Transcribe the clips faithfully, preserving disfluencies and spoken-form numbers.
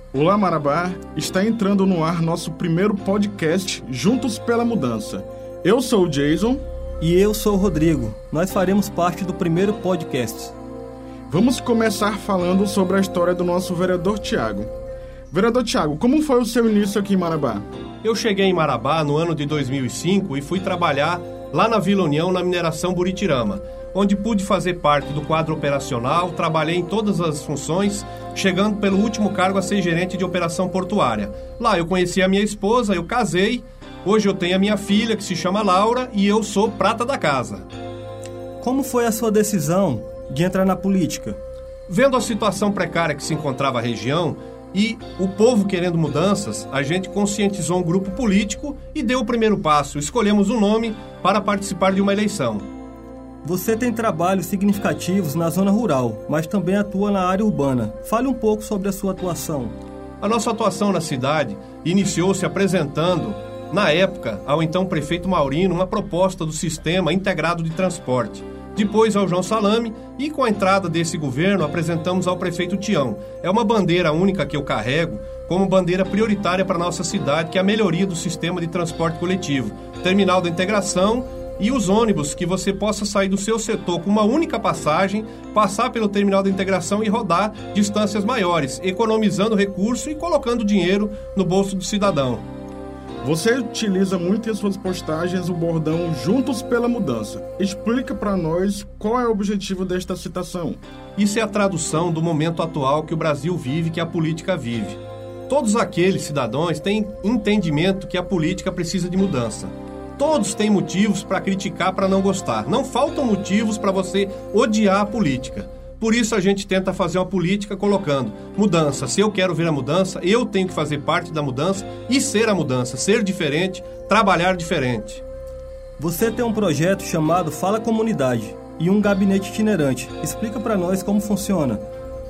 Olá, Marabá! Está entrando no ar nosso primeiro podcast Juntos pela Mudança. Eu sou o Jason. E eu sou o Rodrigo. Nós faremos parte do primeiro podcast. Vamos começar falando sobre a história do nosso vereador Tiago. Vereador Tiago, como foi o seu início aqui em Marabá? Eu cheguei em Marabá no ano de dois mil e cinco e fui trabalhar lá na Vila União, na mineração Buritirama, onde pude fazer parte do quadro operacional, trabalhei em todas as funções, chegando pelo último cargo a ser gerente de operação portuária. Lá eu conheci a minha esposa, eu casei, hoje eu tenho a minha filha, que se chama Laura, e eu sou prata da casa. Como foi a sua decisão de entrar na política? Vendo a situação precária que se encontrava a região e o povo querendo mudanças, a gente conscientizou um grupo político e deu o primeiro passo. Escolhemos um nome para participar de uma eleição. Você tem trabalhos significativos na zona rural, mas também atua na área urbana. Fale um pouco sobre a sua atuação. A nossa atuação na cidade iniciou-se apresentando, na época, ao então prefeito Maurino, uma proposta do Sistema Integrado de Transporte. Depois ao João Salame e com a entrada desse governo apresentamos ao prefeito Tião. É uma bandeira única que eu carrego como bandeira prioritária para a nossa cidade, que é a melhoria do sistema de transporte coletivo, terminal da integração e os ônibus, que você possa sair do seu setor com uma única passagem, passar pelo terminal da integração e rodar distâncias maiores, economizando recurso e colocando dinheiro no bolso do cidadão. Você utiliza muito em suas postagens o bordão Juntos pela Mudança. Explica para nós qual é o objetivo desta citação. Isso é a tradução do momento atual que o Brasil vive, que a política vive. Todos aqueles cidadãos têm entendimento que a política precisa de mudança. Todos têm motivos para criticar, para não gostar. Não faltam motivos para você odiar a política. Por isso a gente tenta fazer uma política colocando mudança. Se eu quero ver a mudança, eu tenho que fazer parte da mudança e ser a mudança, ser diferente, trabalhar diferente. Você tem um projeto chamado Fala Comunidade e um gabinete itinerante. Explica para nós como funciona.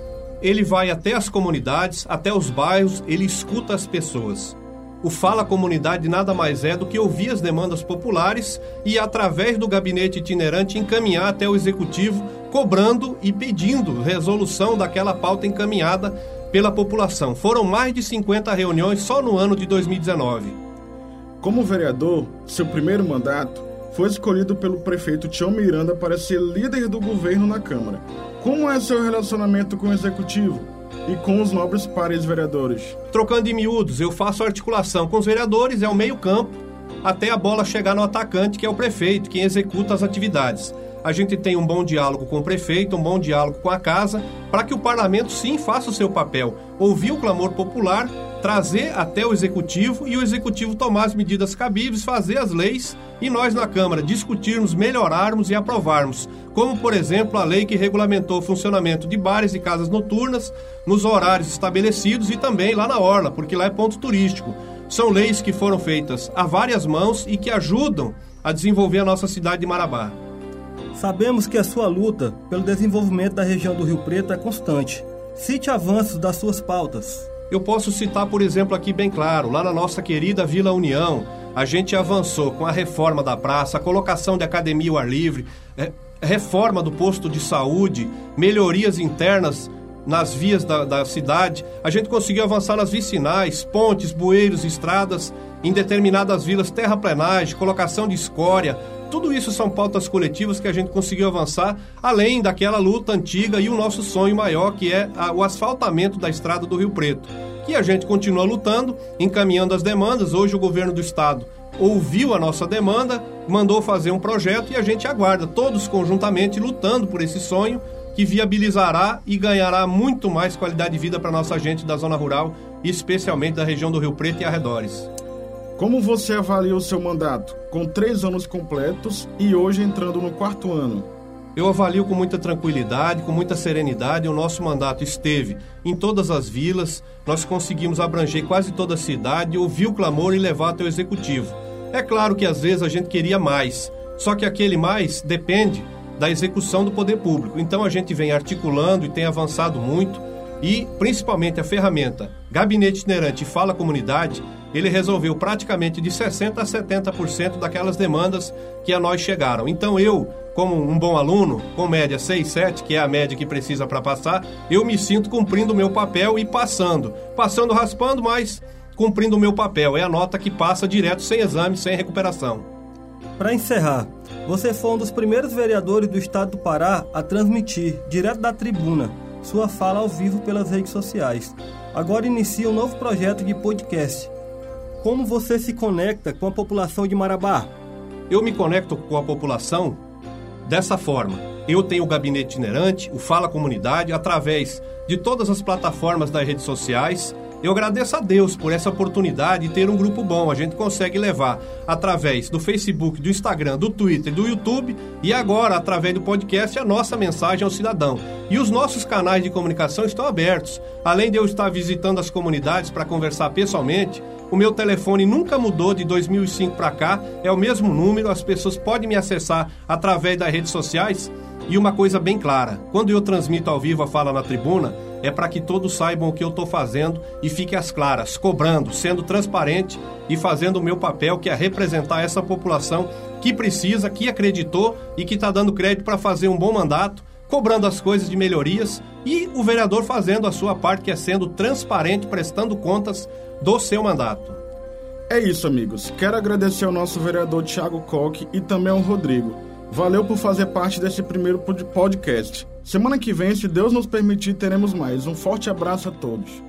Ele vai até as comunidades, até os bairros, ele escuta as pessoas. O Fala Comunidade nada mais é do que ouvir as demandas populares e, através do gabinete itinerante, encaminhar até o executivo, cobrando e pedindo resolução daquela pauta encaminhada pela população. Foram mais de cinquenta reuniões só no ano de dois mil e dezenove. Como vereador, seu primeiro mandato foi escolhido pelo prefeito Tião Miranda para ser líder do governo na Câmara. Como é seu relacionamento com o executivo e com os nobres pares vereadores? Trocando em miúdos, eu faço articulação com os vereadores, é o meio campo, até a bola chegar no atacante, que é o prefeito, quem executa as atividades. A gente tem um bom diálogo com o prefeito, um bom diálogo com a casa, para que o parlamento sim faça o seu papel, ouvir o clamor popular, trazer até o executivo e o executivo tomar as medidas cabíveis, fazer as leis e nós na Câmara discutirmos, melhorarmos e aprovarmos, como por exemplo a lei que regulamentou o funcionamento de bares e casas noturnas nos horários estabelecidos e também lá na orla, porque lá é ponto turístico. São leis que foram feitas a várias mãos e que ajudam a desenvolver a nossa cidade de Marabá. Sabemos que a sua luta pelo desenvolvimento da região do Rio Preto é constante. Cite avanços das suas pautas. Eu posso citar, por exemplo, aqui bem claro, lá na nossa querida Vila União, a gente avançou com a reforma da praça, a colocação de academia ao ar livre, reforma do posto de saúde, melhorias internas nas vias da, da cidade. A gente conseguiu avançar nas vicinais, pontes, bueiros, estradas, em determinadas vilas, terraplenagem, colocação de escória. Tudo isso são pautas coletivas que a gente conseguiu avançar, além daquela luta antiga e o nosso sonho maior, que é a, o asfaltamento da estrada do Rio Preto, que a gente continua lutando, encaminhando as demandas. Hoje o governo do estado ouviu a nossa demanda, mandou fazer um projeto e a gente aguarda, todos conjuntamente lutando por esse sonho que viabilizará e ganhará muito mais qualidade de vida para a nossa gente da zona rural, especialmente da região do Rio Preto e arredores. Como você avalia o seu mandato, com três anos completos e hoje entrando no quarto ano? Eu avalio com muita tranquilidade, com muita serenidade. O nosso mandato esteve em todas as vilas, nós conseguimos abranger quase toda a cidade, ouvir o clamor e levar até o executivo. É claro que às vezes a gente queria mais, só que aquele mais depende da execução do poder público. Então a gente vem articulando e tem avançado muito e, principalmente, a ferramenta Gabinete Itinerante e Fala Comunidade, ele resolveu praticamente de sessenta por cento a setenta por cento daquelas demandas que a nós chegaram. Então eu, como um bom aluno, com média seis, sete, que é a média que precisa para passar, eu me sinto cumprindo o meu papel e passando. Passando raspando, mas cumprindo o meu papel. É a nota que passa direto, sem exame, sem recuperação. Para encerrar, você foi um dos primeiros vereadores do estado do Pará a transmitir, direto da tribuna, sua fala ao vivo pelas redes sociais. Agora inicia um novo projeto de podcast. Como você se conecta com a população de Marabá? Eu me conecto com a população dessa forma. Eu tenho o gabinete itinerante, o Fala Comunidade, através de todas as plataformas das redes sociais. Eu agradeço a Deus por essa oportunidade de ter um grupo bom. A gente consegue levar através do Facebook, do Instagram, do Twitter, do YouTube e agora através do podcast a nossa mensagem ao cidadão. E os nossos canais de comunicação estão abertos. Além de eu estar visitando as comunidades para conversar pessoalmente, o meu telefone nunca mudou de dois mil e cinco para cá, é o mesmo número, as pessoas podem me acessar através das redes sociais. E uma coisa bem clara, quando eu transmito ao vivo a Fala na Tribuna, é para que todos saibam o que eu estou fazendo e fique às claras, cobrando, sendo transparente e fazendo o meu papel, que é representar essa população que precisa, que acreditou e que está dando crédito para fazer um bom mandato, cobrando as coisas de melhorias e o vereador fazendo a sua parte, que é sendo transparente, prestando contas do seu mandato. É isso, amigos. Quero agradecer ao nosso vereador Thiago Koch e também ao Rodrigo. Valeu por fazer parte desse primeiro podcast. Semana que vem, se Deus nos permitir, teremos mais. Um forte abraço a todos.